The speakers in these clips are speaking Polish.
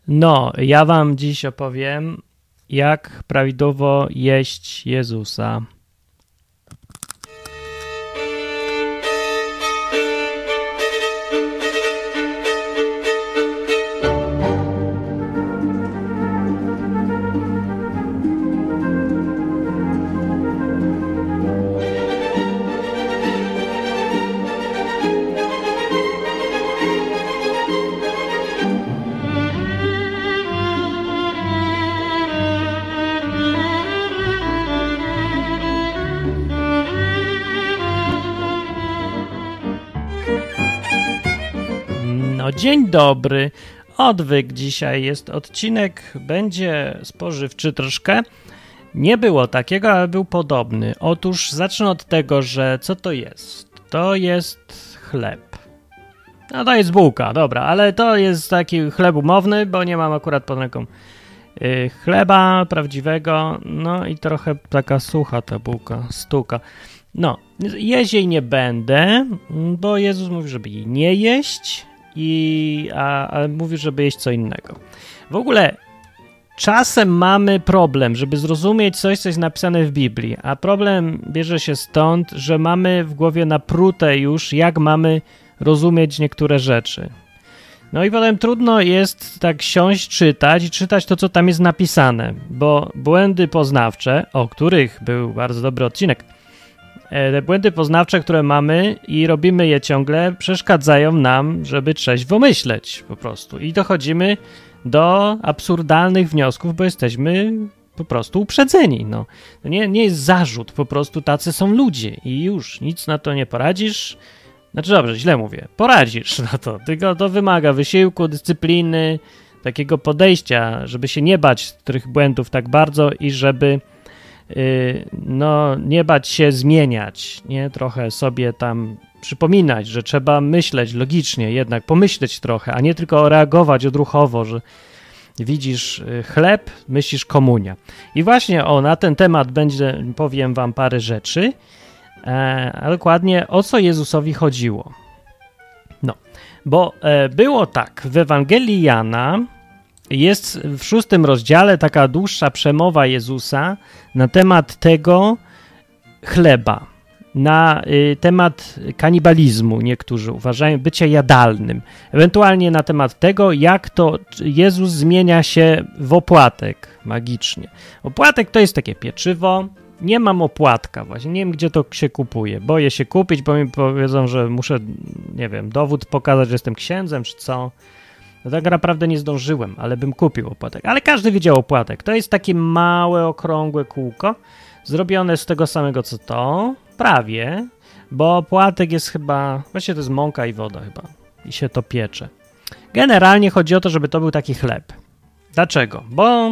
No, ja wam dziś opowiem, jak prawidłowo jeść Jezusa. No, dzień dobry. Odwyk dzisiaj jest odcinek, będzie spożywczy troszkę. Nie było takiego, ale był podobny. Otóż zacznę od tego, że co to jest? To jest chleb. No to jest bułka, dobra, ale to jest taki chleb umowny, bo nie mam akurat pod ręką chleba prawdziwego, no i trochę taka sucha ta bułka, stuka. No, jeść jej nie będę, bo Jezus mówi, żeby jej nie jeść, ale mówi, żeby jeść co innego. W ogóle czasem mamy problem, żeby zrozumieć coś, co jest napisane w Biblii, a problem bierze się stąd, że mamy w głowie naprute już, jak mamy rozumieć niektóre rzeczy. No i potem trudno jest tak siąść, czytać i czytać to, co tam jest napisane, bo błędy poznawcze, o których był bardzo dobry odcinek, te błędy poznawcze, które mamy i robimy je ciągle, przeszkadzają nam, żeby trzeźwo myśleć po prostu. I dochodzimy do absurdalnych wniosków, bo jesteśmy po prostu uprzedzeni. No. To nie jest zarzut, po prostu tacy są ludzie i już nic na to nie poradzisz. Znaczy dobrze, źle mówię. Poradzisz na to, tylko to wymaga wysiłku, dyscypliny, takiego podejścia, żeby się nie bać tych błędów tak bardzo i żeby nie bać się zmieniać, nie? Trochę sobie tam przypominać, że trzeba myśleć logicznie, jednak pomyśleć trochę, a nie tylko reagować odruchowo, że widzisz chleb, myślisz komunia. I właśnie na ten temat powiem wam parę rzeczy, a dokładnie o co Jezusowi chodziło. No, bo było tak, w Ewangelii Jana jest w 6 rozdziale taka dłuższa przemowa Jezusa na temat tego chleba, na temat kanibalizmu, niektórzy uważają, bycia jadalnym, ewentualnie na temat tego, jak to Jezus zmienia się w opłatek magicznie. Opłatek to jest takie pieczywo, nie mam opłatka właśnie, nie wiem, gdzie to się kupuje, boję się kupić, bo mi powiedzą, że muszę, nie wiem, dowód pokazać, że jestem księdzem, czy co. No tak naprawdę nie zdążyłem, ale bym kupił opłatek. Ale każdy widział opłatek. To jest takie małe, okrągłe kółko, zrobione z tego samego co to, prawie, bo opłatek jest chyba, właściwie to jest mąka i woda chyba i się to piecze. Generalnie chodzi o to, żeby to był taki chleb. Dlaczego? Bo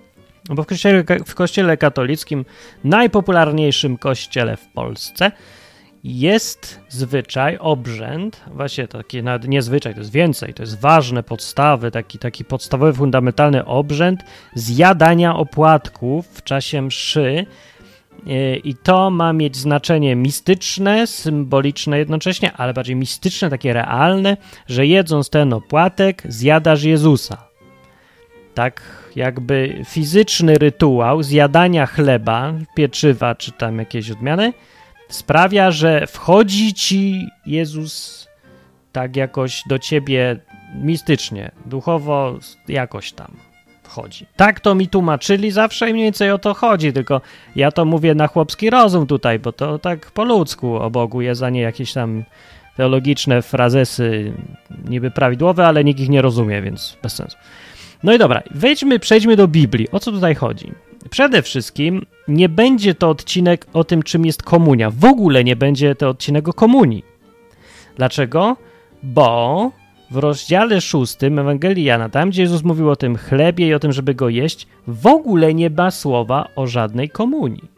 w kościele katolickim, najpopularniejszym kościele w Polsce, jest zwyczaj, obrzęd, właśnie taki nawet nie zwyczaj, to jest więcej, to jest ważne podstawy, taki podstawowy, fundamentalny obrzęd zjadania opłatków w czasie mszy i to ma mieć znaczenie mistyczne, symboliczne jednocześnie, ale bardziej mistyczne, takie realne, że jedząc ten opłatek zjadasz Jezusa. Tak jakby fizyczny rytuał zjadania chleba, pieczywa czy tam jakieś odmiany sprawia, że wchodzi ci Jezus tak jakoś do ciebie mistycznie, duchowo jakoś tam wchodzi. Tak to mi tłumaczyli zawsze i mniej więcej o to chodzi, tylko ja to mówię na chłopski rozum tutaj, bo to tak po ludzku o Bogu jest, a nie jakieś tam teologiczne frazesy niby prawidłowe, ale nikt ich nie rozumie, więc bez sensu. No i dobra, przejdźmy do Biblii. O co tutaj chodzi? Przede wszystkim nie będzie to odcinek o tym, czym jest komunia. W ogóle nie będzie to odcinek o komunii. Dlaczego? Bo w rozdziale 6 Ewangelii Jana, tam gdzie Jezus mówił o tym chlebie i o tym, żeby go jeść, w ogóle nie ma słowa o żadnej komunii.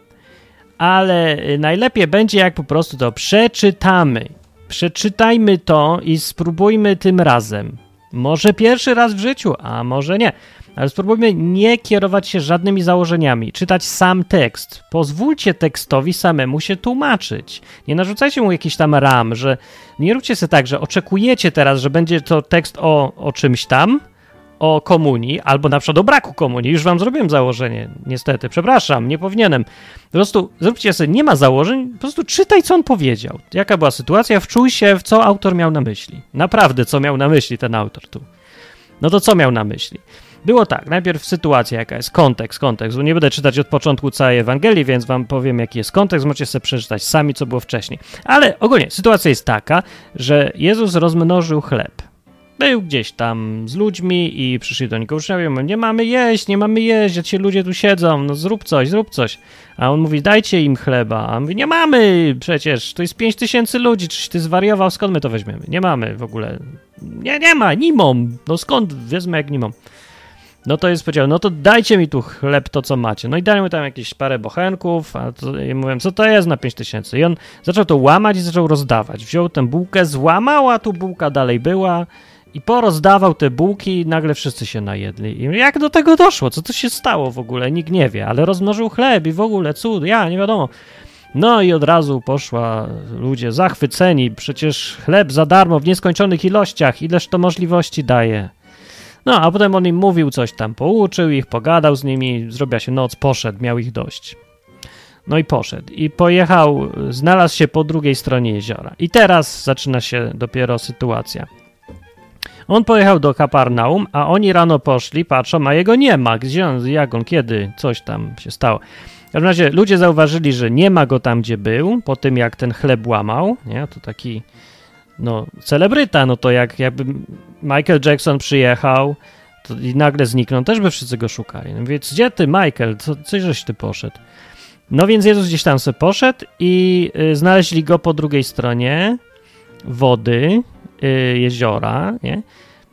Ale najlepiej będzie, jak po prostu to przeczytamy. Przeczytajmy to i spróbujmy tym razem. Może pierwszy raz w życiu, a może nie. Ale spróbujmy nie kierować się żadnymi założeniami, czytać sam tekst. Pozwólcie tekstowi samemu się tłumaczyć. Nie narzucajcie mu jakiś tam ram, że nie róbcie sobie tak, że oczekujecie teraz, że będzie to tekst o czymś tam, o komunii, albo na przykład o braku komunii. Już wam zrobiłem założenie, niestety. Przepraszam, nie powinienem. Po prostu zróbcie sobie, nie ma założeń, po prostu czytaj, co on powiedział. Jaka była sytuacja, wczuj się, w co autor miał na myśli. Naprawdę, co miał na myśli ten autor tu. No to co miał na myśli? Było tak, najpierw sytuacja jaka jest, kontekst, bo nie będę czytać od początku całej Ewangelii, więc wam powiem, jaki jest kontekst, możecie sobie przeczytać sami, co było wcześniej. Ale ogólnie sytuacja jest taka, że Jezus rozmnożył chleb. Był gdzieś tam z ludźmi i przyszli do niego uczniowie, mówią, nie mamy jeść, a ci ludzie tu siedzą, no zrób coś. A on mówi, dajcie im chleba. A on mówi, nie mamy przecież, to jest 5000 ludzi, czyś ty zwariował, skąd my to weźmiemy? Nie mamy w ogóle, nie ma, nie mam, no skąd wezmę jak nie mam? No to jest powiedział, no to dajcie mi tu chleb, to co macie. No i dają mu tam jakieś parę bochenków, a to, ja mówię, co to jest na 5000? I on zaczął to łamać i zaczął rozdawać. Wziął tę bułkę, złamał, a tu bułka dalej była i porozdawał te bułki i nagle wszyscy się najedli. I jak do tego doszło? Co to się stało w ogóle? Nikt nie wie, ale rozmnożył chleb i w ogóle cud, nie wiadomo. No i od razu poszła ludzie zachwyceni, przecież chleb za darmo w nieskończonych ilościach, ileż to możliwości daje. No, a potem on im mówił coś tam, pouczył ich, pogadał z nimi, zrobiła się noc, poszedł, miał ich dość. No i poszedł. I pojechał, znalazł się po drugiej stronie jeziora. I teraz zaczyna się dopiero sytuacja. On pojechał do Kafarnaum, a oni rano poszli, patrzą, a jego nie ma. Gdzie on, jak on, kiedy? Coś tam się stało. W każdym razie ludzie zauważyli, że nie ma go tam, gdzie był, po tym jak ten chleb łamał, nie? To taki... No, celebryta, no to jakby Michael Jackson przyjechał to i nagle zniknął, też by wszyscy go szukali. No więc gdzie ty, Michael? Coś żeś ty poszedł? No więc Jezus gdzieś tam sobie poszedł i znaleźli go po drugiej stronie wody, jeziora, nie?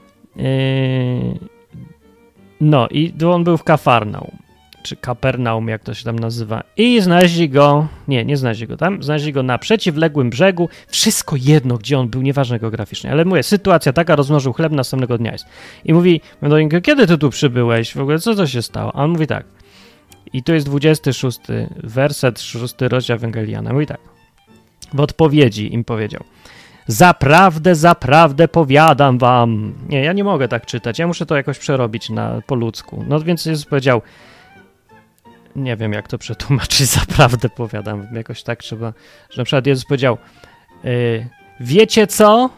No i on był w Kafarnaum, czy Kapernaum, jak to się tam nazywa. I znaleźli go, nie znaleźli go tam, znaleźli go na przeciwległym brzegu. Wszystko jedno, gdzie on był, nieważne geograficznie. Ale mówię, sytuacja taka, rozmnożył chleb, następnego dnia jest. I mówi do niego, kiedy ty tu przybyłeś? W ogóle co to się stało? A on mówi tak. I tu jest 26 werset, 6 rozdział Ewangeliana. Mówi tak. W odpowiedzi im powiedział. Zaprawdę powiadam wam. Nie, ja nie mogę tak czytać. Ja muszę to jakoś przerobić po ludzku. No więc Jezus powiedział, nie wiem, jak to przetłumaczyć, zaprawdę powiadam, jakoś tak trzeba, że na przykład Jezus powiedział, wiecie co?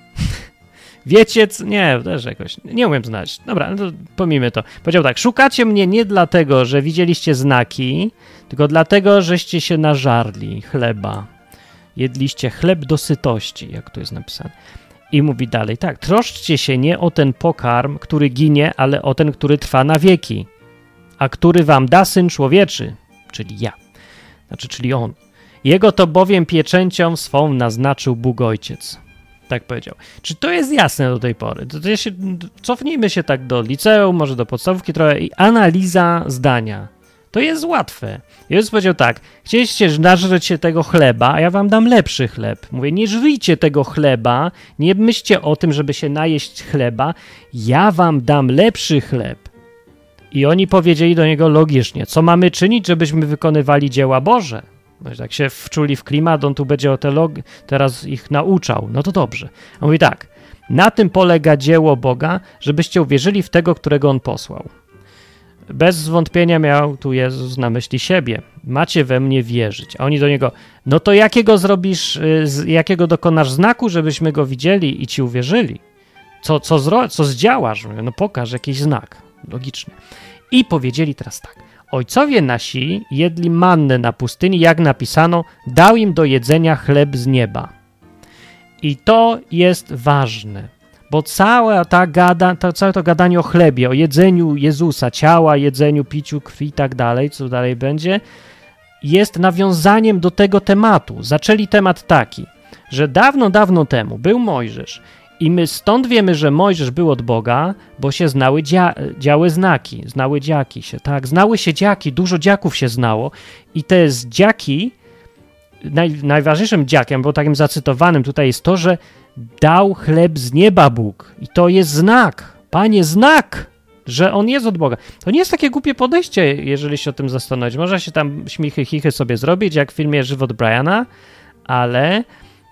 Nie, też jakoś, nie umiem znać. Dobra, no to pomijmy to. Powiedział tak, szukacie mnie nie dlatego, że widzieliście znaki, tylko dlatego, żeście się nażarli chleba. Jedliście chleb do sytości, jak tu jest napisane. I mówi dalej, tak, troszczcie się nie o ten pokarm, który ginie, ale o ten, który trwa na wieki. A który wam da Syn Człowieczy, czyli ja, czyli On. Jego to bowiem pieczęcią swą naznaczył Bóg Ojciec. Tak powiedział. Czy to jest jasne do tej pory? Cofnijmy się tak do liceum, może do podstawówki trochę i analiza zdania. To jest łatwe. Jezus powiedział tak, chcieliście nażreć się tego chleba, a ja wam dam lepszy chleb. Mówię, nie żryjcie tego chleba, nie myślcie o tym, żeby się najeść chleba, ja wam dam lepszy chleb. I oni powiedzieli do niego logicznie, co mamy czynić, żebyśmy wykonywali dzieła Boże? No tak się wczuli w klimat, on tu będzie teraz ich nauczał. No to dobrze. On mówi tak, na tym polega dzieło Boga, żebyście uwierzyli w tego, którego On posłał. Bez zwątpienia miał tu Jezus na myśli siebie. Macie we mnie wierzyć. A oni do niego, no to jakiego zrobisz, jakiego dokonasz znaku, żebyśmy go widzieli i ci uwierzyli? Co zdziałasz? No pokaż jakiś znak. Logicznie. I powiedzieli teraz tak. Ojcowie nasi jedli mannę na pustyni, jak napisano, dał im do jedzenia chleb z nieba. I to jest ważne, bo całe to gadanie o chlebie, o jedzeniu Jezusa, ciała, jedzeniu, piciu krwi i tak dalej, co dalej będzie, jest nawiązaniem do tego tematu. Zaczęli temat taki, że dawno temu był Mojżesz i my stąd wiemy, że Mojżesz był od Boga, bo się znały działy znaki, znały się dziaki, dużo dziaków się znało i te dziaki, najważniejszym dziakiem, bo takim zacytowanym tutaj jest to, że dał chleb z nieba Bóg i to jest znak, Panie, znak, że On jest od Boga. To nie jest takie głupie podejście, jeżeli się o tym zastanowić. Można się tam śmichy, chichy sobie zrobić, jak w filmie Żywot Briana, ale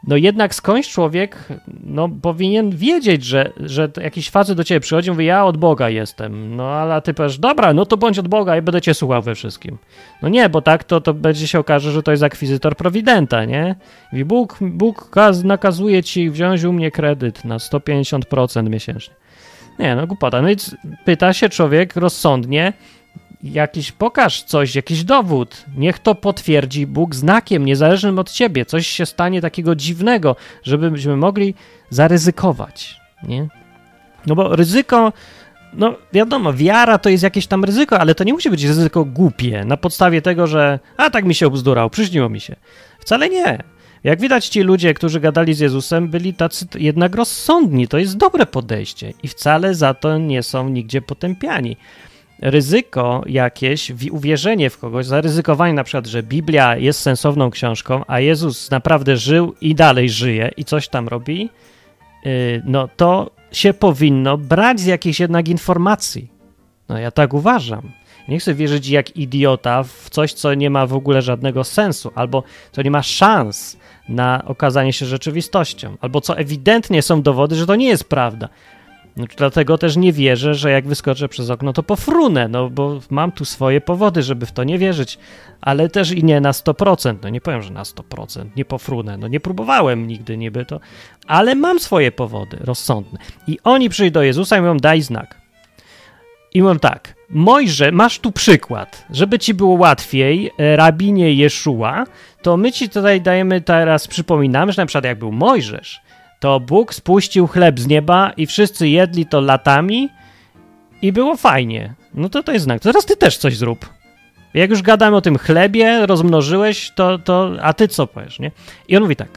no jednak skądś człowiek powinien wiedzieć, że jakiś facet do ciebie przychodzi i mówi, ja od Boga jestem, no ale ty powiesz, dobra, no to bądź od Boga i będę cię słuchał we wszystkim. No nie, bo tak to będzie się okaże, że to jest akwizytor prowidenta, nie? I Bóg nakazuje ci wziąć u mnie kredyt na 150% miesięcznie. Nie, no głupota. No i pyta się człowiek rozsądnie, pokaż coś, jakiś dowód. Niech to potwierdzi Bóg znakiem niezależnym od ciebie. Coś się stanie takiego dziwnego, żebyśmy mogli zaryzykować, nie? No bo ryzyko, no wiadomo, wiara to jest jakieś tam ryzyko, ale to nie musi być ryzyko głupie, na podstawie tego, że tak mi się obzdurał, przyśniło mi się. Wcale nie. Jak widać, ci ludzie, którzy gadali z Jezusem, byli tacy jednak rozsądni. To jest dobre podejście i wcale za to nie są nigdzie potępiani. Ryzyko jakieś, uwierzenie w kogoś, zaryzykowanie na przykład, że Biblia jest sensowną książką, a Jezus naprawdę żył i dalej żyje i coś tam robi, no to się powinno brać z jakichś jednak informacji. No ja tak uważam. Nie chcę wierzyć jak idiota w coś, co nie ma w ogóle żadnego sensu, albo co nie ma szans na okazanie się rzeczywistością, albo co ewidentnie są dowody, że to nie jest prawda. No, dlatego też nie wierzę, że jak wyskoczę przez okno, to pofrunę, no bo mam tu swoje powody, żeby w to nie wierzyć, ale też i nie na 100%, no nie powiem, że na 100%, nie pofrunę, no nie próbowałem nigdy niby to, ale mam swoje powody rozsądne. I oni przyjdą do Jezusa i mówią, daj znak. I mówią tak, Mojże, masz tu przykład, żeby ci było łatwiej, rabinie Jeszua, to my ci tutaj przypominamy, że na przykład jak był Mojżesz, to Bóg spuścił chleb z nieba i wszyscy jedli to latami i było fajnie. No to jest znak. To teraz ty też coś zrób. Jak już gadamy o tym chlebie, rozmnożyłeś, a ty co powiesz, nie? I on mówi tak,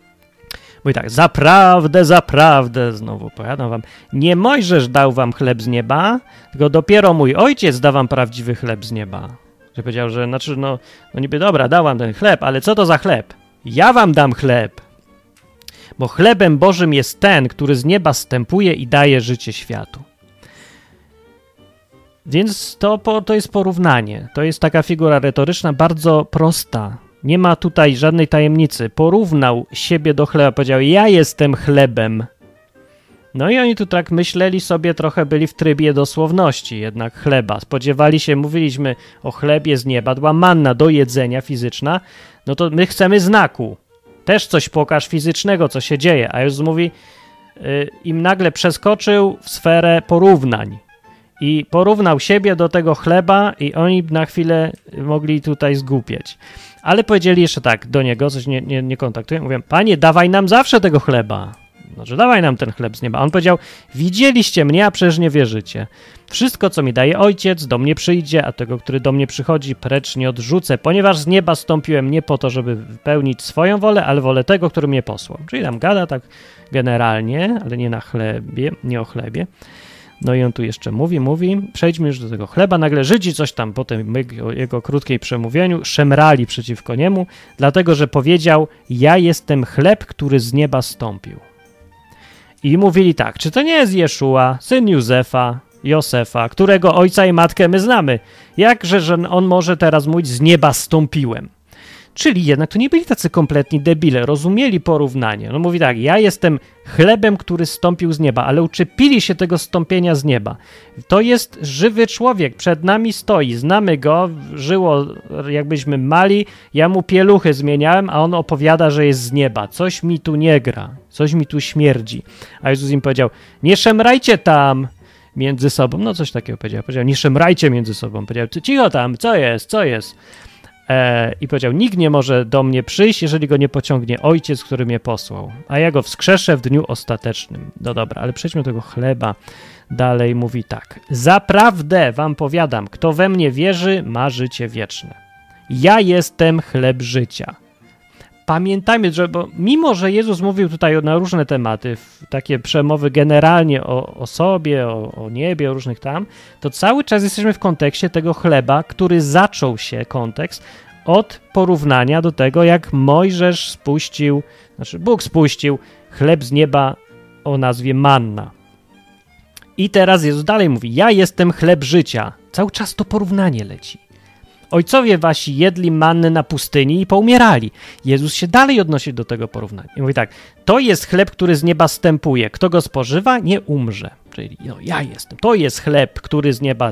zaprawdę, znowu powiadam wam, nie Mojżesz dał wam chleb z nieba, tylko dopiero mój ojciec da wam prawdziwy chleb z nieba. Że powiedział, że no niby dobra, dał wam ten chleb, ale co to za chleb? Ja wam dam chleb. Bo chlebem Bożym jest ten, który z nieba zstępuje i daje życie światu. Więc to jest porównanie. To jest taka figura retoryczna, bardzo prosta. Nie ma tutaj żadnej tajemnicy. Porównał siebie do chleba, powiedział, ja jestem chlebem. No i oni tu tak myśleli sobie, trochę byli w trybie dosłowności jednak chleba. Spodziewali się, mówiliśmy o chlebie z nieba, była manna do jedzenia fizyczna, no to my chcemy znaku. Też coś pokaż fizycznego, co się dzieje. A Jezus mówi, im nagle przeskoczył w sferę porównań. I porównał siebie do tego chleba i oni na chwilę mogli tutaj zgłupieć. Ale powiedzieli jeszcze tak do niego, coś nie kontaktują, mówią, Panie, dawaj nam zawsze tego chleba. Znaczy, dawaj nam ten chleb z nieba. A on powiedział, widzieliście mnie, a przecież nie wierzycie. Wszystko, co mi daje Ojciec, do mnie przyjdzie, a tego, który do mnie przychodzi, precz nie odrzucę, ponieważ z nieba stąpiłem nie po to, żeby wypełnić swoją wolę, ale wolę tego, który mnie posłał. Czyli tam gada tak generalnie, ale nie na chlebie, nie o chlebie. No i on tu jeszcze mówi, przejdźmy już do tego chleba. Nagle Żydzi coś tam po tym jego krótkiej przemówieniu szemrali przeciwko niemu, dlatego, że powiedział, ja jestem chleb, który z nieba stąpił. I mówili tak, czy to nie jest Jeszua, syn Josefa, którego ojca i matkę my znamy? Jakże, że on może teraz mówić, z nieba stąpiłem? Czyli jednak to nie byli tacy kompletni debile, rozumieli porównanie. On mówi tak, ja jestem chlebem, który stąpił z nieba, ale uczepili się tego stąpienia z nieba. To jest żywy człowiek, przed nami stoi, znamy go, żyło jakbyśmy mali, ja mu pieluchy zmieniałem, a on opowiada, że jest z nieba. Coś mi tu nie gra, coś mi tu śmierdzi. A Jezus im powiedział, nie szemrajcie tam między sobą. No coś takiego powiedział, nie szemrajcie między sobą. Powiedział, cicho tam, co jest? I powiedział, nikt nie może do mnie przyjść, jeżeli go nie pociągnie Ojciec, który mnie posłał, a ja go wskrzeszę w dniu ostatecznym. No dobra, ale przejdźmy do tego chleba. Dalej mówi tak, zaprawdę wam powiadam, kto we mnie wierzy, ma życie wieczne. Ja jestem chleb życia. Pamiętajmy, że bo mimo, że Jezus mówił tutaj na różne tematy, takie przemowy generalnie o sobie, o niebie, o różnych tam, to cały czas jesteśmy w kontekście tego chleba, który zaczął się kontekst od porównania do tego, jak Mojżesz Bóg spuścił chleb z nieba o nazwie manna. I teraz Jezus dalej mówi, ja jestem chleb życia. Cały czas to porównanie leci. Ojcowie wasi jedli mannę na pustyni i poumierali. Jezus się dalej odnosi do tego porównania. I mówi tak, to jest chleb, który z nieba zstępuje. Kto go spożywa, nie umrze. Czyli ja jestem. To jest chleb, który z nieba...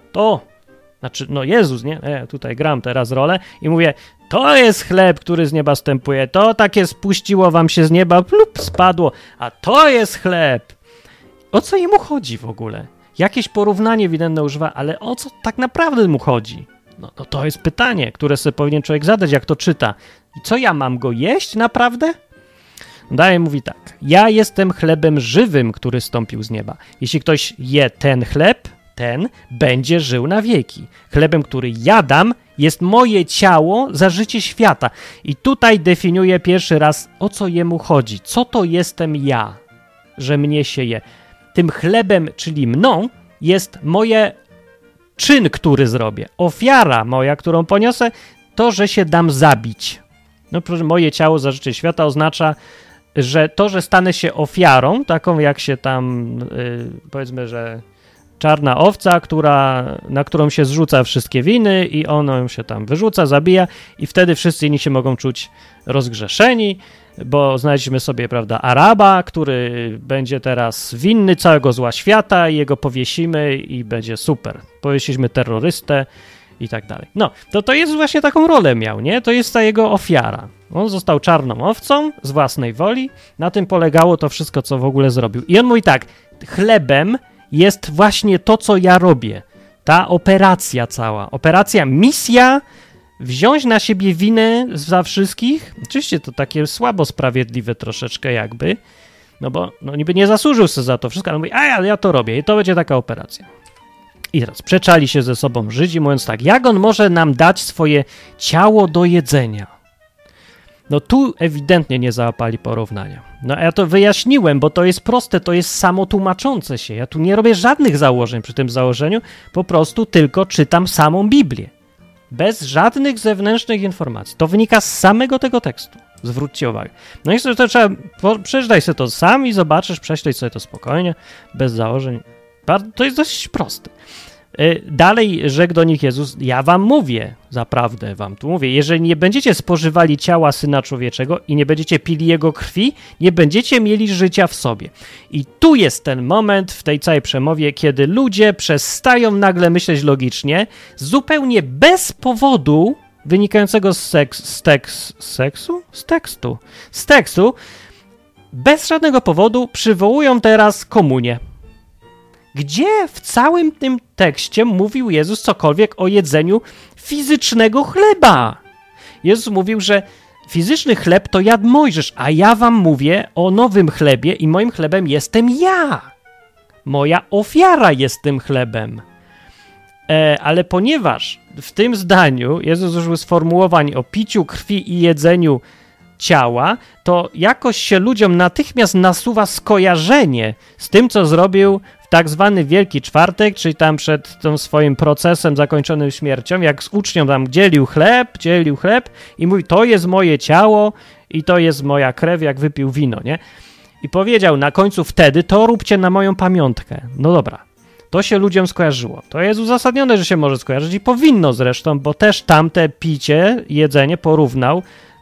Znaczy, Jezus, nie? Tutaj gram teraz rolę i mówię, to jest chleb, który z nieba zstępuje. To takie spuściło wam się z nieba, plup, spadło. A to jest chleb. O co jemu chodzi w ogóle? Jakieś porównanie ewidentne używa, ale o co tak naprawdę mu chodzi? No to jest pytanie, które sobie powinien człowiek zadać, jak to czyta. I co, ja mam go jeść naprawdę? Dalej mówi tak. Ja jestem chlebem żywym, który stąpił z nieba. Jeśli ktoś je ten chleb, ten będzie żył na wieki. Chlebem, który ja dam, jest moje ciało za życie świata. I tutaj definiuje pierwszy raz, o co jemu chodzi. Co to jestem ja, że mnie się je. Tym chlebem, czyli mną, jest moje czyn, który zrobię. Ofiara moja, którą poniosę, to, że się dam zabić. Moje ciało za życie świata oznacza, że to, że stanę się ofiarą, taką jak się tam, powiedzmy, że czarna owca, na którą się zrzuca wszystkie winy i ona ją się tam wyrzuca, zabija i wtedy wszyscy inni się mogą czuć rozgrzeszeni, bo znaleźliśmy sobie, prawda, Araba, który będzie teraz winny całego zła świata i jego powiesimy i będzie super. Powiesiliśmy terrorystę i tak dalej. To jest właśnie taką rolę miał, nie? To jest ta jego ofiara. On został czarną owcą z własnej woli. Na tym polegało to wszystko, co w ogóle zrobił. I on mówi tak, chlebem jest właśnie to, co ja robię. Ta operacja cała. Misja, wziąć na siebie winę za wszystkich. Oczywiście to takie słabo sprawiedliwe troszeczkę jakby, bo niby nie zasłużył sobie za to wszystko, ale mówi, ja to robię i to będzie taka operacja. I teraz przeczali się ze sobą Żydzi, mówiąc tak, jak on może nam dać swoje ciało do jedzenia? Tu ewidentnie nie załapali porównania. Ja to wyjaśniłem, bo to jest proste, to jest samotłumaczące się. Ja tu nie robię żadnych założeń przy tym założeniu, po prostu tylko czytam samą Biblię. Bez żadnych zewnętrznych informacji. To wynika z samego tego tekstu. Zwróćcie uwagę. I to trzeba, przeczytaj sobie to sam i zobaczysz, prześlej sobie to spokojnie, bez założeń. To jest dość proste. Dalej rzekł do nich Jezus, ja wam mówię, zaprawdę wam tu mówię, jeżeli nie będziecie spożywali ciała Syna Człowieczego i nie będziecie pili Jego krwi, nie będziecie mieli życia w sobie. I tu jest ten moment w tej całej przemowie, kiedy ludzie przestają nagle myśleć logicznie, zupełnie bez powodu wynikającego z tekstu, bez żadnego powodu przywołują teraz komunię. Gdzie w całym tym tekście mówił Jezus cokolwiek o jedzeniu fizycznego chleba? Jezus mówił, że fizyczny chleb to jadł Mojżesz, a ja wam mówię o nowym chlebie i moim chlebem jestem ja. Moja ofiara jest tym chlebem. Ale ponieważ w tym zdaniu Jezus użył sformułowań o piciu krwi i jedzeniu ciała, to jakoś się ludziom natychmiast nasuwa skojarzenie z tym, co zrobił w tak zwany Wielki Czwartek, czyli tam przed tym swoim procesem zakończonym śmiercią, jak z uczniom tam dzielił chleb i mówi, to jest moje ciało i to jest moja krew, jak wypił wino, nie? I powiedział na końcu wtedy, to róbcie na moją pamiątkę. No dobra, to się ludziom skojarzyło. To jest uzasadnione, że się może skojarzyć i powinno zresztą, bo też tamte picie, jedzenie porównał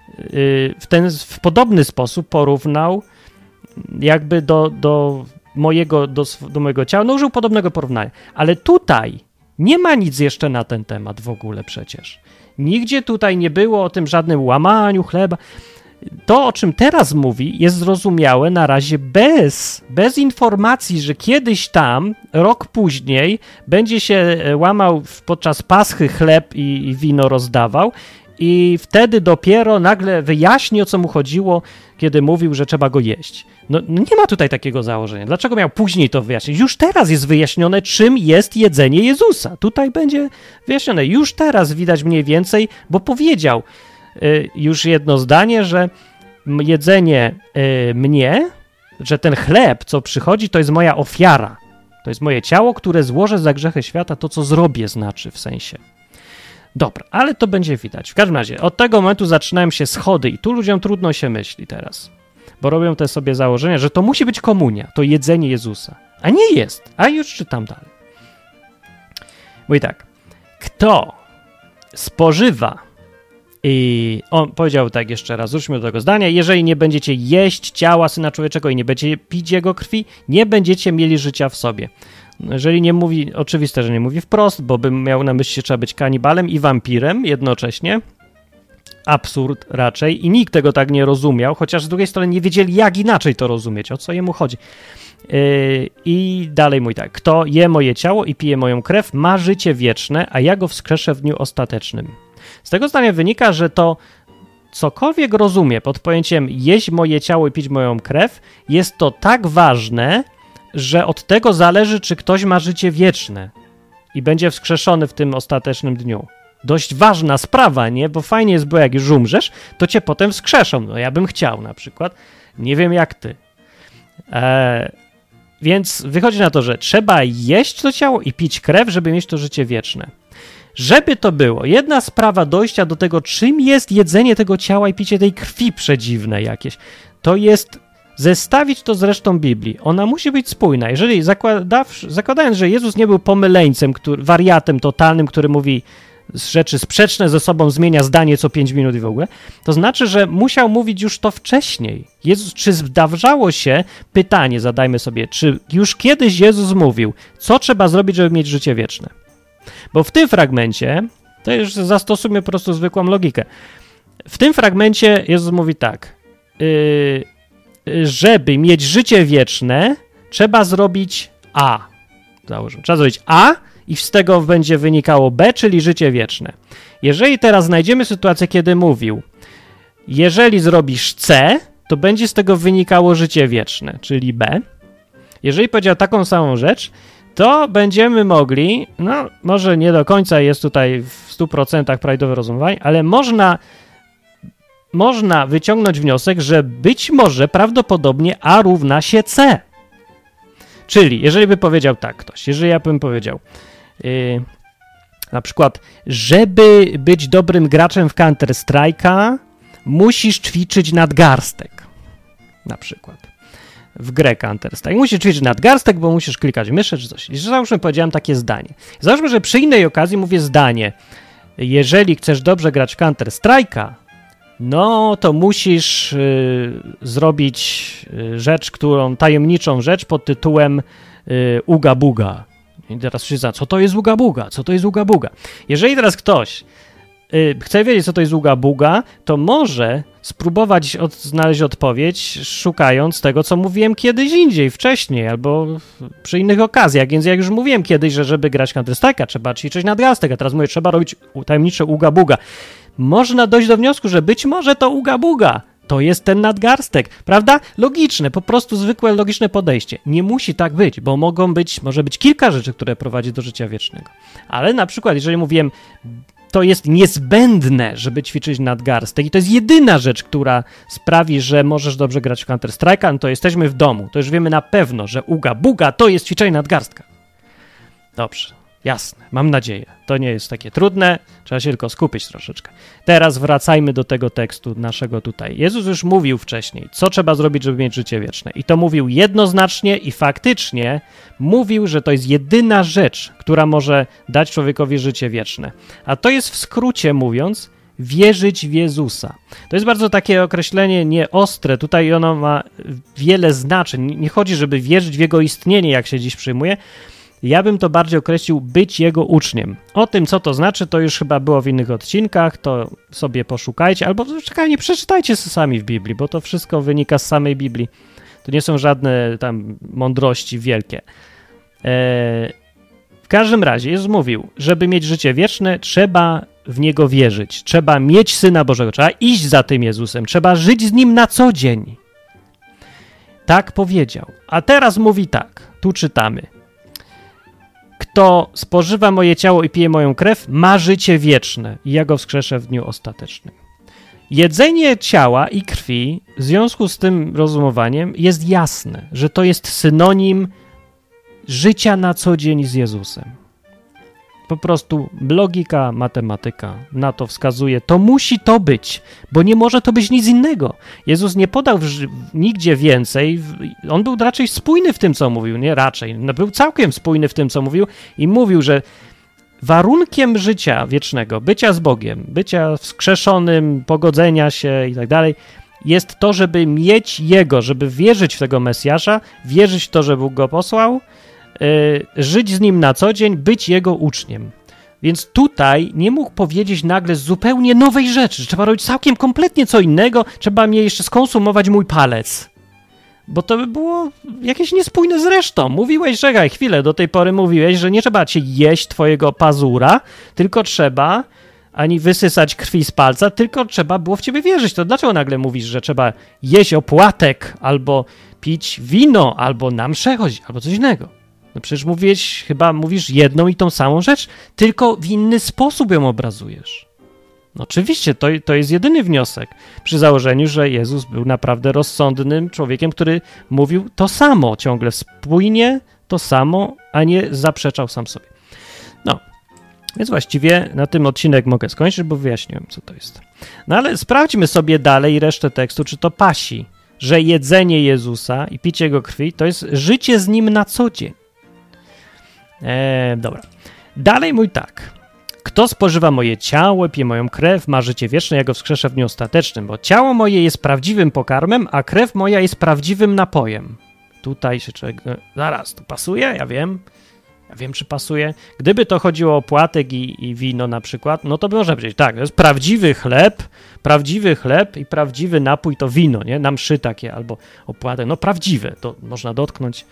w podobny sposób porównał jakby do mojego ciała, użył podobnego porównania. Ale tutaj nie ma nic jeszcze na ten temat w ogóle przecież. Nigdzie tutaj nie było o tym żadnym łamaniu chleba. To, o czym teraz mówi, jest zrozumiałe na razie bez informacji, że kiedyś tam, rok później, będzie się łamał podczas Paschy chleb i wino rozdawał i wtedy dopiero nagle wyjaśni, o co mu chodziło, kiedy mówił, że trzeba go jeść. Nie ma tutaj takiego założenia. Dlaczego miał później to wyjaśnić? Już teraz jest wyjaśnione, czym jest jedzenie Jezusa. Tutaj będzie wyjaśnione. Już teraz widać mniej więcej, bo powiedział już jedno zdanie, że jedzenie mnie, że ten chleb, co przychodzi, to jest moja ofiara. To jest moje ciało, które złożę za grzechy świata, to co zrobię znaczy w sensie. Dobra, ale to będzie widać. W każdym razie, od tego momentu zaczynają się schody i tu ludziom trudno się myśli teraz, bo robią te sobie założenia, że to musi być komunia, to jedzenie Jezusa. A nie jest. A już czytam dalej. Mówi tak. Kto spożywa. I on powiedział tak jeszcze raz, wróćmy do tego zdania: jeżeli nie będziecie jeść ciała Syna Człowieczego i nie będziecie pić Jego krwi, nie będziecie mieli życia w sobie. Jeżeli nie mówi, oczywiste, że nie mówi wprost, bo bym miał na myśli, że trzeba być kanibalem i wampirem jednocześnie. Absurd raczej i nikt tego tak nie rozumiał, chociaż z drugiej strony nie wiedzieli, jak inaczej to rozumieć, o co jemu chodzi. I dalej mówi tak: kto je moje ciało i pije moją krew, ma życie wieczne, a ja go wskrzeszę w dniu ostatecznym. Z tego zdania wynika, że to cokolwiek rozumie pod pojęciem jeść moje ciało i pić moją krew, jest to tak ważne, że od tego zależy, czy ktoś ma życie wieczne i będzie wskrzeszony w tym ostatecznym dniu. Dość ważna sprawa, nie? Bo fajnie jest, bo jak już umrzesz, to cię potem wskrzeszą. No ja bym chciał na przykład. Nie wiem jak ty. Więc wychodzi na to, że trzeba jeść to ciało i pić krew, żeby mieć to życie wieczne. Żeby to było, jedna sprawa dojścia do tego, czym jest jedzenie tego ciała i picie tej krwi przedziwne jakieś, to jest zestawić to z resztą Biblii. Ona musi być spójna. Jeżeli zakładając, że Jezus nie był pomyleńcem, wariatem totalnym, który mówi rzeczy sprzeczne ze sobą, zmienia zdanie co 5 minut i w ogóle, to znaczy, że musiał mówić już to wcześniej. Jezus, czy zdarzało się, pytanie zadajmy sobie, czy już kiedyś Jezus mówił, co trzeba zrobić, żeby mieć życie wieczne? Bo w tym fragmencie, to już zastosujmy po prostu zwykłą logikę, w tym fragmencie Jezus mówi tak: żeby mieć życie wieczne, trzeba zrobić A. Założmy, trzeba zrobić A i z tego będzie wynikało B, czyli życie wieczne. Jeżeli teraz znajdziemy sytuację, kiedy mówił, jeżeli zrobisz C, to będzie z tego wynikało życie wieczne, czyli B. Jeżeli powiedział taką samą rzecz, to będziemy mogli, no może nie do końca jest tutaj w 100% prawidłowe rozumowanie, ale można wyciągnąć wniosek, że być może prawdopodobnie A równa się C. Czyli jeżeli by powiedział tak ktoś, jeżeli ja bym powiedział na przykład, żeby być dobrym graczem w Counter-Strike'a, musisz ćwiczyć nadgarstek. Na przykład. W grę Counter-Strike. Musisz ćwiczyć nadgarstek, bo musisz klikać myszę czy coś. I załóżmy, powiedziałem takie zdanie. Załóżmy, że przy innej okazji mówię zdanie: jeżeli chcesz dobrze grać w Counter-Strike'a, no to musisz zrobić tajemniczą rzecz pod tytułem Uga Buga. I teraz się zna, co to jest Uga Buga? Co to jest Uga Buga? Jeżeli teraz ktoś chce wiedzieć, co to jest Uga Buga, to może spróbować znaleźć odpowiedź, szukając tego, co mówiłem kiedyś indziej, wcześniej, albo przy innych okazjach. Więc jak już mówiłem kiedyś, że żeby grać Counter-Strike'a, trzeba ćwiczyć nadgarstek, a teraz mówię, trzeba robić tajemnicze Uga Buga. Można dojść do wniosku, że być może to Uga Buga to jest ten nadgarstek, prawda? Logiczne, po prostu zwykłe, logiczne podejście. Nie musi tak być, bo może być kilka rzeczy, które prowadzi do życia wiecznego. Ale na przykład, jeżeli mówiłem, to jest niezbędne, żeby ćwiczyć nadgarstek i to jest jedyna rzecz, która sprawi, że możesz dobrze grać w Counter-Strike'a, no to jesteśmy w domu. To już wiemy na pewno, że Uga Buga to jest ćwiczenie nadgarstka. Dobrze. Jasne, mam nadzieję. To nie jest takie trudne, trzeba się tylko skupić troszeczkę. Teraz wracajmy do tego tekstu naszego tutaj. Jezus już mówił wcześniej, co trzeba zrobić, żeby mieć życie wieczne. I to mówił jednoznacznie i faktycznie mówił, że to jest jedyna rzecz, która może dać człowiekowi życie wieczne. A to jest w skrócie mówiąc, wierzyć w Jezusa. To jest bardzo takie określenie nieostre. Tutaj ono ma wiele znaczeń. Nie chodzi, żeby wierzyć w Jego istnienie, jak się dziś przyjmuje. Ja bym to bardziej określił być Jego uczniem. O tym, co to znaczy, to już chyba było w innych odcinkach, to sobie poszukajcie, albo nie przeczytajcie sami w Biblii, bo to wszystko wynika z samej Biblii. To nie są żadne tam mądrości wielkie. W każdym razie Jezus mówił, żeby mieć życie wieczne, trzeba w Niego wierzyć, trzeba mieć Syna Bożego, trzeba iść za tym Jezusem, trzeba żyć z Nim na co dzień. Tak powiedział. A teraz mówi tak, tu czytamy. Kto spożywa moje ciało i pije moją krew, ma życie wieczne i ja go wskrzeszę w dniu ostatecznym. Jedzenie ciała i krwi w związku z tym rozumowaniem jest jasne, że to jest synonim życia na co dzień z Jezusem. Po prostu logika, matematyka na to wskazuje. To musi to być, bo nie może to być nic innego. Jezus nie podał nigdzie więcej. On był raczej spójny w tym, co mówił. Nie raczej. No, był całkiem spójny w tym, co mówił i mówił, że warunkiem życia wiecznego, bycia z Bogiem, bycia wskrzeszonym, pogodzenia się i tak dalej, jest to, żeby mieć Jego, żeby wierzyć w tego Mesjasza, wierzyć w to, że Bóg go posłał, żyć z Nim na co dzień, być Jego uczniem. Więc tutaj nie mógł powiedzieć nagle zupełnie nowej rzeczy. Trzeba robić całkiem kompletnie co innego, trzeba mnie jeszcze skonsumować mój palec. Bo to by było jakieś niespójne z resztą. Mówiłeś, czekaj chwilę, do tej pory mówiłeś, że nie trzeba cię jeść twojego pazura, tylko trzeba ani wysysać krwi z palca, tylko trzeba było w ciebie wierzyć. To dlaczego nagle mówisz, że trzeba jeść opłatek, albo pić wino, albo na mszę chodzić, albo coś innego? No przecież mówisz jedną i tą samą rzecz, tylko w inny sposób ją obrazujesz. No oczywiście, to jest jedyny wniosek, przy założeniu, że Jezus był naprawdę rozsądnym człowiekiem, który mówił to samo, ciągle spójnie to samo, a nie zaprzeczał sam sobie. No, więc właściwie na tym odcinek mogę skończyć, bo wyjaśniłem, co to jest. No ale sprawdźmy sobie dalej resztę tekstu, czy to pasi, że jedzenie Jezusa i picie Jego krwi to jest życie z Nim na co dzień. Dobra. Dalej mój tak. Kto spożywa moje ciało, pije moją krew, ma życie wieczne, ja go wskrzeszę w dniu ostatecznym, bo ciało moje jest prawdziwym pokarmem, a krew moja jest prawdziwym napojem. Tutaj się człowiek... Zaraz, to pasuje? Ja wiem, czy pasuje. Gdyby to chodziło o płatek i wino na przykład, no to by można powiedzieć, tak, to jest prawdziwy chleb i prawdziwy napój to wino, nie? Na mszy takie, albo opłatek, no prawdziwe, to można dotknąć.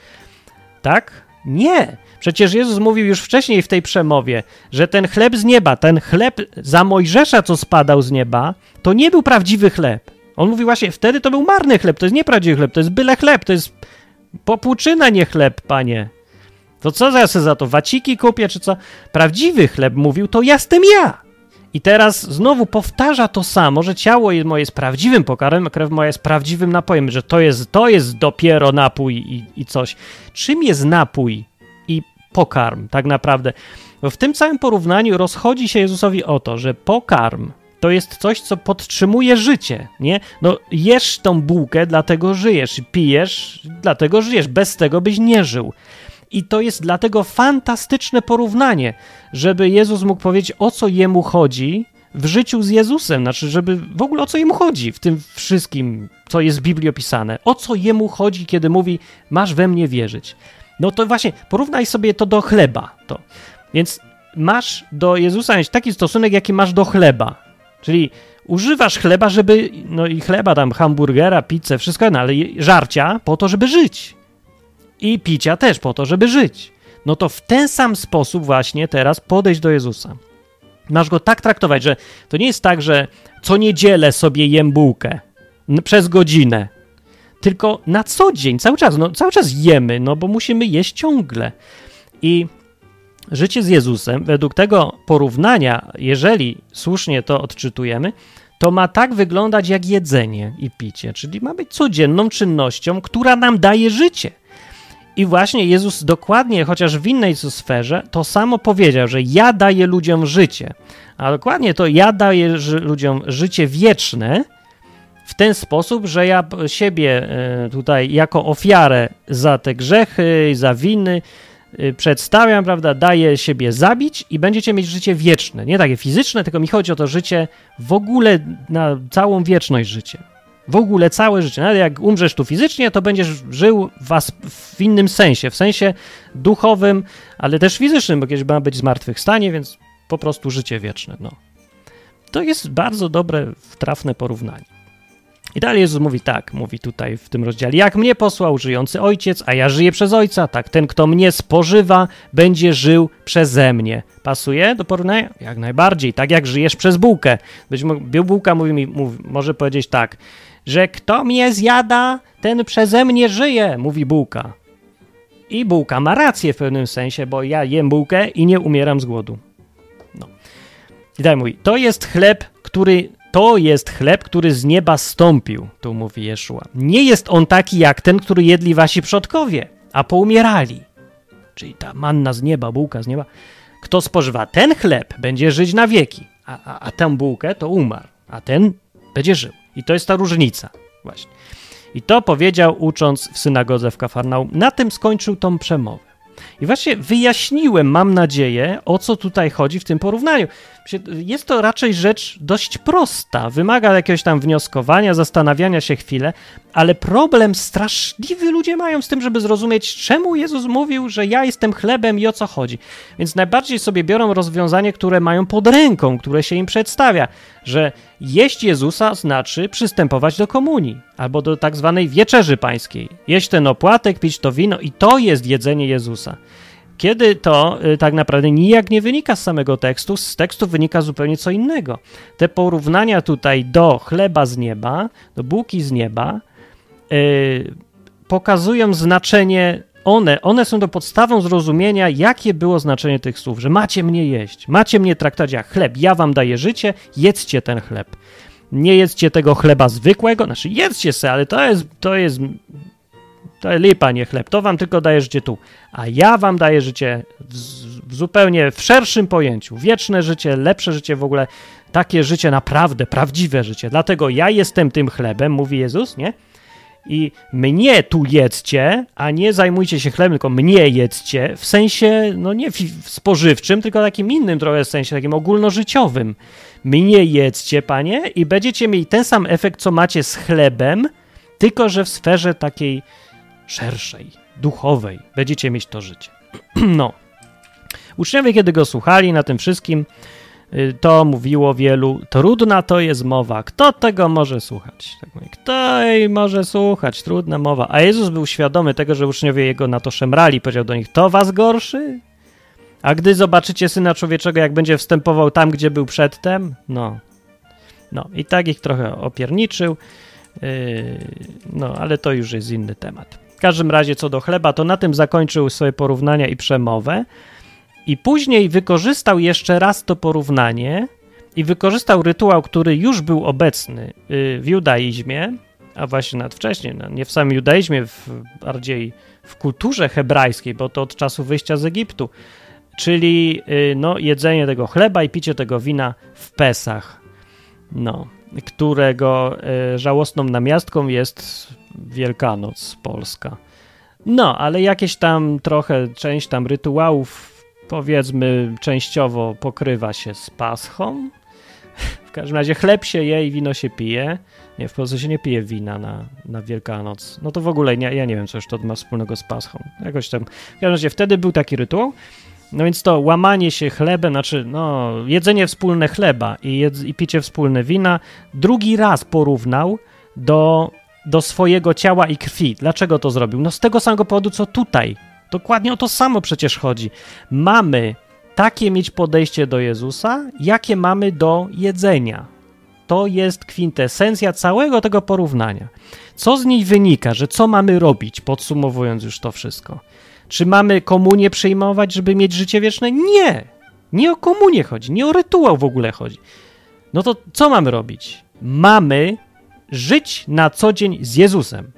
Tak? Nie! Przecież Jezus mówił już wcześniej w tej przemowie, że ten chleb z nieba, ten chleb za Mojżesza, co spadał z nieba, to nie był prawdziwy chleb. On mówi właśnie, wtedy to był marny chleb, to jest nieprawdziwy chleb, to jest byle chleb, to jest popłuczyna, nie chleb, panie. To co ja sobie za to, waciki kupię, czy co? Prawdziwy chleb, mówił, to jestem ja. I teraz znowu powtarza to samo, że ciało moje jest prawdziwym pokarmem, a krew moja jest prawdziwym napojem, że to jest dopiero napój i coś. Czym jest napój i pokarm tak naprawdę? Bo w tym całym porównaniu rozchodzi się Jezusowi o to, że pokarm to jest coś, co podtrzymuje życie, nie? No jesz tą bułkę, dlatego żyjesz, pijesz, dlatego żyjesz, bez tego byś nie żył. I to jest dlatego fantastyczne porównanie, żeby Jezus mógł powiedzieć, o co jemu chodzi w życiu z Jezusem, znaczy, żeby w ogóle o co jemu chodzi w tym wszystkim, co jest w Biblii opisane. O co jemu chodzi, kiedy mówi, masz we mnie wierzyć. No to właśnie, porównaj sobie to do chleba. Więc masz do Jezusa mieć taki stosunek, jaki masz do chleba. Czyli używasz chleba, żeby, no i chleba tam, hamburgera, pizzę, wszystko, no ale żarcia po to, żeby żyć. I picia też po to, żeby żyć. No to w ten sam sposób właśnie teraz podejść do Jezusa. Masz go tak traktować, że to nie jest tak, że co niedzielę sobie jem bułkę przez godzinę, tylko na co dzień, cały czas jemy, no bo musimy jeść ciągle. I życie z Jezusem, według tego porównania, jeżeli słusznie to odczytujemy, to ma tak wyglądać jak jedzenie i picie, czyli ma być codzienną czynnością, która nam daje życie. I właśnie Jezus dokładnie, chociaż w innej sferze, to samo powiedział, że ja daję ludziom życie. A dokładnie to ja daję ludziom życie wieczne w ten sposób, że ja siebie tutaj jako ofiarę za te grzechy, za winy przedstawiam, prawda, daję siebie zabić i będziecie mieć życie wieczne. Nie takie fizyczne, tylko mi chodzi o to życie w ogóle na całą wieczność życie. W ogóle całe życie. Nawet jak umrzesz tu fizycznie, to będziesz żył w innym sensie, w sensie duchowym, ale też fizycznym, bo kiedyś ma być zmartwychwstanie, więc po prostu życie wieczne. No. To jest bardzo dobre, trafne porównanie. I dalej Jezus mówi tak, mówi tutaj w tym rozdziale, jak mnie posłał żyjący Ojciec, a ja żyję przez Ojca, tak ten, kto mnie spożywa, będzie żył przeze mnie. Pasuje do porównania? Jak najbardziej, tak jak żyjesz przez bułkę. Bułka może powiedzieć tak, że kto mnie zjada, ten przeze mnie żyje, mówi bułka. I bułka ma rację w pewnym sensie, bo ja jem bułkę i nie umieram z głodu. No. I dalej mówi, to jest chleb, który z nieba zstąpił, tu mówi Jeszua. Nie jest on taki jak ten, który jedli wasi przodkowie, a poumierali. Czyli ta manna z nieba, bułka z nieba. Kto spożywa ten chleb, będzie żyć na wieki, a tę bułkę to umarł, a ten będzie żył. I to jest ta różnica właśnie. I to powiedział, ucząc w synagodze w Kafarnaum. Na tym skończył tą przemowę. I właśnie wyjaśniłem, mam nadzieję, o co tutaj chodzi w tym porównaniu. Jest to raczej rzecz dość prosta, wymaga jakiegoś tam wnioskowania, zastanawiania się chwilę, ale problem straszliwy ludzie mają z tym, żeby zrozumieć, czemu Jezus mówił, że ja jestem chlebem i o co chodzi. Więc najbardziej sobie biorą rozwiązanie, które mają pod ręką, które się im przedstawia, że jeść Jezusa znaczy przystępować do komunii albo do tak zwanej wieczerzy pańskiej. Jeść ten opłatek, pić to wino i to jest jedzenie Jezusa. Kiedy to tak naprawdę nijak nie wynika z samego tekstu, z tekstu wynika zupełnie co innego. Te porównania tutaj do chleba z nieba, do bułki z nieba, pokazują znaczenie, one są do podstawą zrozumienia, jakie było znaczenie tych słów, że macie mnie jeść, macie mnie traktować jak chleb, ja wam daję życie, jedzcie ten chleb. Nie jedzcie tego chleba zwykłego, znaczy jedzcie se, ale to jest lipa, nie chleb, to wam tylko daje życie tu, a ja wam daję życie w zupełnie w szerszym pojęciu, wieczne życie, lepsze życie w ogóle, takie życie naprawdę, prawdziwe życie, dlatego ja jestem tym chlebem, mówi Jezus, nie? I mnie tu jedzcie, a nie zajmujcie się chlebem, tylko mnie jedzcie, w sensie, no nie spożywczym, tylko takim innym trochę sensie, takim ogólnożyciowym. Mnie jedzcie, panie, i będziecie mieli ten sam efekt, co macie z chlebem, tylko że w sferze takiej szerszej, duchowej. Będziecie mieć to życie. No. Uczniowie, kiedy go słuchali na tym wszystkim, to mówiło wielu, trudna to jest mowa, kto tego może słuchać? Tak mówi, kto jej może słuchać? Trudna mowa. A Jezus był świadomy tego, że uczniowie jego na to szemrali, powiedział do nich, to was gorszy? A gdy zobaczycie Syna Człowieczego, jak będzie wstępował tam, gdzie był przedtem? No i tak ich trochę opierniczył, ale to już jest inny temat. W każdym razie co do chleba, to na tym zakończył swoje porównania i przemowę i później wykorzystał jeszcze raz to porównanie i wykorzystał rytuał, który już był obecny w judaizmie, a właśnie nawet wcześniej, nie w samym judaizmie, bardziej w kulturze hebrajskiej, bo to od czasu wyjścia z Egiptu, czyli jedzenie tego chleba i picie tego wina w Pesach, którego żałosną namiastką jest Wielkanoc polska. Ale jakieś tam część tam rytuałów, powiedzmy, częściowo pokrywa się z Paschą. W każdym razie chleb się je i wino się pije. Nie, w Polsce się nie pije wina na Wielkanoc. No to w ogóle ja nie wiem, co już to ma wspólnego z Paschą. Jakoś tam, w każdym razie wtedy był taki rytuał. No więc to łamanie się chlebem, jedzenie wspólne chleba i picie wspólne wina, drugi raz porównał do swojego ciała i krwi. Dlaczego to zrobił? Z tego samego powodu, co tutaj. Dokładnie o to samo przecież chodzi. Mamy takie mieć podejście do Jezusa, jakie mamy do jedzenia. To jest kwintesencja całego tego porównania. Co z niej wynika, że co mamy robić, podsumowując już to wszystko? Czy mamy komunię przyjmować, żeby mieć życie wieczne? Nie! Nie o komunię chodzi, nie o rytuał w ogóle chodzi. No to co mamy robić? Mamy żyć na co dzień z Jezusem.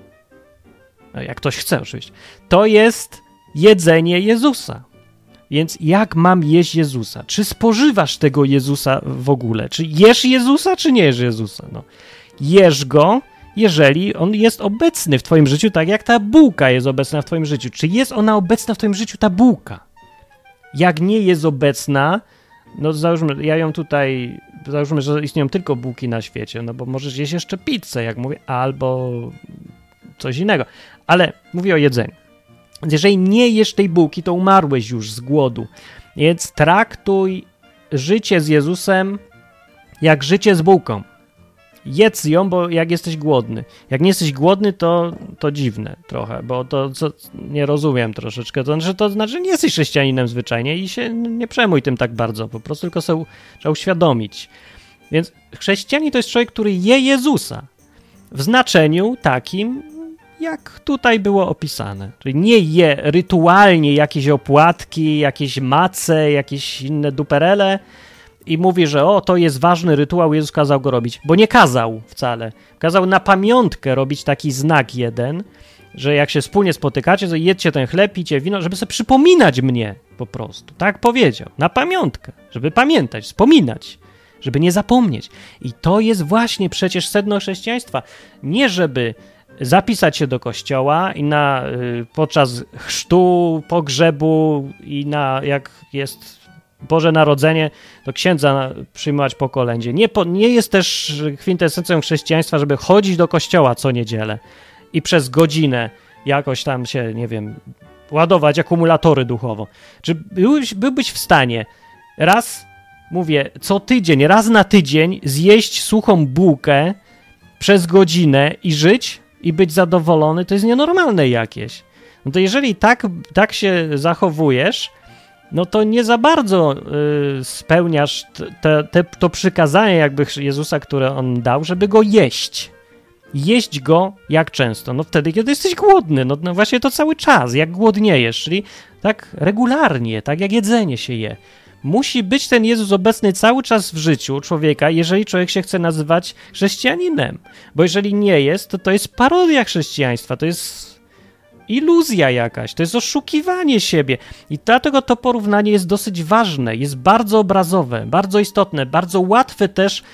Jak ktoś chce oczywiście. To jest jedzenie Jezusa. Więc jak mam jeść Jezusa? Czy spożywasz tego Jezusa w ogóle? Czy jesz Jezusa, czy nie jesz Jezusa? Jesz Go, jeżeli On jest obecny w twoim życiu, tak jak ta bułka jest obecna w twoim życiu. Czy jest ona obecna w twoim życiu, ta bułka? Jak nie jest obecna, załóżmy, załóżmy, że istnieją tylko bułki na świecie, bo możesz jeść jeszcze pizzę, jak mówię, albo coś innego. Ale mówię o jedzeniu. Więc jeżeli nie jesz tej bułki, to umarłeś już z głodu. Więc traktuj życie z Jezusem jak życie z bułką. Jedz ją, bo jak jesteś głodny. Jak nie jesteś głodny, to dziwne trochę, bo to nie rozumiem troszeczkę. To znaczy, nie jesteś chrześcijaninem zwyczajnie i się nie przejmuj tym tak bardzo. Po prostu tylko sobie trzeba uświadomić. Więc chrześcijanin to jest człowiek, który je Jezusa. W znaczeniu takim, jak tutaj było opisane. Czyli nie je rytualnie jakieś opłatki, jakieś mace, jakieś inne duperele i mówi, że to jest ważny rytuał, Jezus kazał go robić. Bo nie kazał wcale. Kazał na pamiątkę robić taki znak jeden, że jak się wspólnie spotykacie, to jedźcie ten chleb, picie wino, żeby sobie przypominać mnie po prostu. Tak powiedział. Na pamiątkę. Żeby pamiętać, wspominać. Żeby nie zapomnieć. I to jest właśnie przecież sedno chrześcijaństwa. Nie żeby zapisać się do kościoła i podczas chrztu, pogrzebu i jak jest Boże Narodzenie, do księdza przyjmować po kolędzie. Nie jest też kwintesencją chrześcijaństwa, żeby chodzić do kościoła co niedzielę i przez godzinę jakoś tam się, nie wiem, ładować akumulatory duchowo. Czy byłbyś w stanie co tydzień, raz na tydzień zjeść suchą bułkę przez godzinę i żyć i być zadowolony? To jest nienormalne jakieś. No to jeżeli tak się zachowujesz, no to nie za bardzo spełniasz to przykazanie jakby Jezusa, które On dał, żeby Go jeść. Jeść Go jak często? No wtedy, kiedy jesteś głodny. No właśnie to cały czas, jak głodniejesz, czyli tak regularnie, tak jak jedzenie się je. Musi być ten Jezus obecny cały czas w życiu człowieka, jeżeli człowiek się chce nazywać chrześcijaninem. Bo jeżeli nie jest, to jest parodia chrześcijaństwa, to jest iluzja jakaś, to jest oszukiwanie siebie. I dlatego to porównanie jest dosyć ważne, jest bardzo obrazowe, bardzo istotne, bardzo łatwe też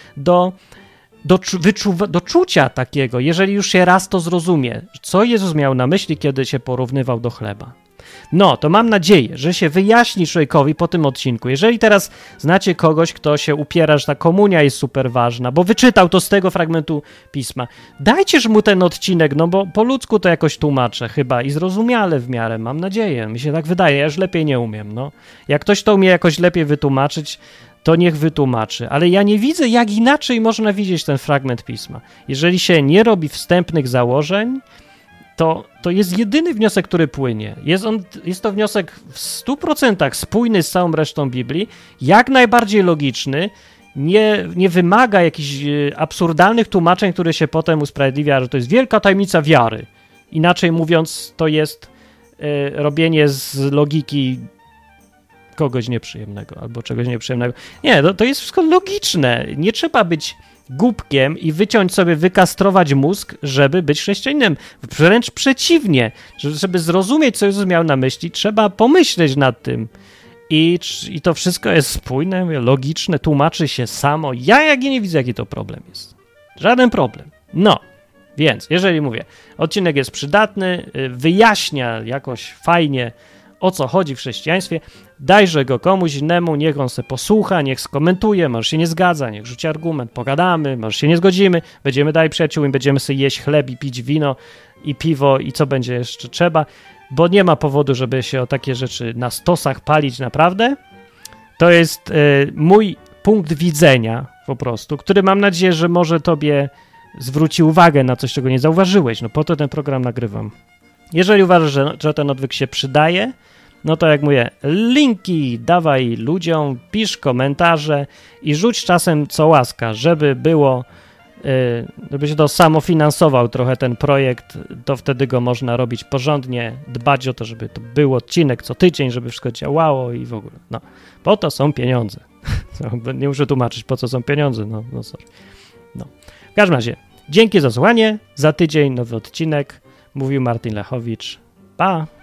do czucia takiego, jeżeli już się raz to zrozumie, co Jezus miał na myśli, kiedy się porównywał do chleba. No, to mam nadzieję, że się wyjaśni człowiekowi po tym odcinku. Jeżeli teraz znacie kogoś, kto się upiera, że ta komunia jest super ważna, bo wyczytał to z tego fragmentu pisma, dajcież mu ten odcinek, no bo po ludzku to jakoś tłumaczę chyba i zrozumiale w miarę, mam nadzieję. Mi się tak wydaje, ja już lepiej nie umiem, no. Jak ktoś to umie jakoś lepiej wytłumaczyć, to niech wytłumaczy. Ale ja nie widzę, jak inaczej można widzieć ten fragment pisma. Jeżeli się nie robi wstępnych założeń, to jest jedyny wniosek, który płynie. Jest to wniosek w 100% spójny z całą resztą Biblii, jak najbardziej logiczny, nie wymaga jakichś absurdalnych tłumaczeń, które się potem usprawiedliwia, że to jest wielka tajemnica wiary. Inaczej mówiąc, to jest robienie z logiki kogoś nieprzyjemnego albo czegoś nieprzyjemnego. Nie, to jest wszystko logiczne. Nie trzeba być głupkiem i wykastrować mózg, żeby być chrześcijaninem. Wręcz przeciwnie. Żeby zrozumieć, co Jezus miał na myśli, trzeba pomyśleć nad tym. I to wszystko jest spójne, logiczne, tłumaczy się samo. Ja nie widzę, jaki to problem jest. Żaden problem. No, więc jeżeli mówię, odcinek jest przydatny, wyjaśnia jakoś fajnie, o co chodzi w chrześcijaństwie, dajże go komuś innemu, niech on se posłucha, niech skomentuje, może się nie zgadza, niech rzuci argument, pogadamy, może się nie zgodzimy, będziemy dalej przyjaciółmi, będziemy sobie jeść chleb i pić wino i piwo i co będzie jeszcze trzeba, bo nie ma powodu, żeby się o takie rzeczy na stosach palić naprawdę. To jest mój punkt widzenia po prostu, który mam nadzieję, że może tobie zwróci uwagę na coś, czego nie zauważyłeś. No po to ten program nagrywam. Jeżeli uważasz, że ten odwyk się przydaje, no to jak mówię, linki dawaj ludziom, pisz komentarze i rzuć czasem co łaska, żeby się to samofinansował trochę ten projekt, to wtedy go można robić porządnie, dbać o to, żeby to był odcinek co tydzień, żeby wszystko działało i w ogóle. No, po to są pieniądze. Nie muszę tłumaczyć, po co są pieniądze, no sorry. No. W każdym razie, dzięki za słuchanie, za tydzień nowy odcinek. Mówił Martin Lechowicz. Pa!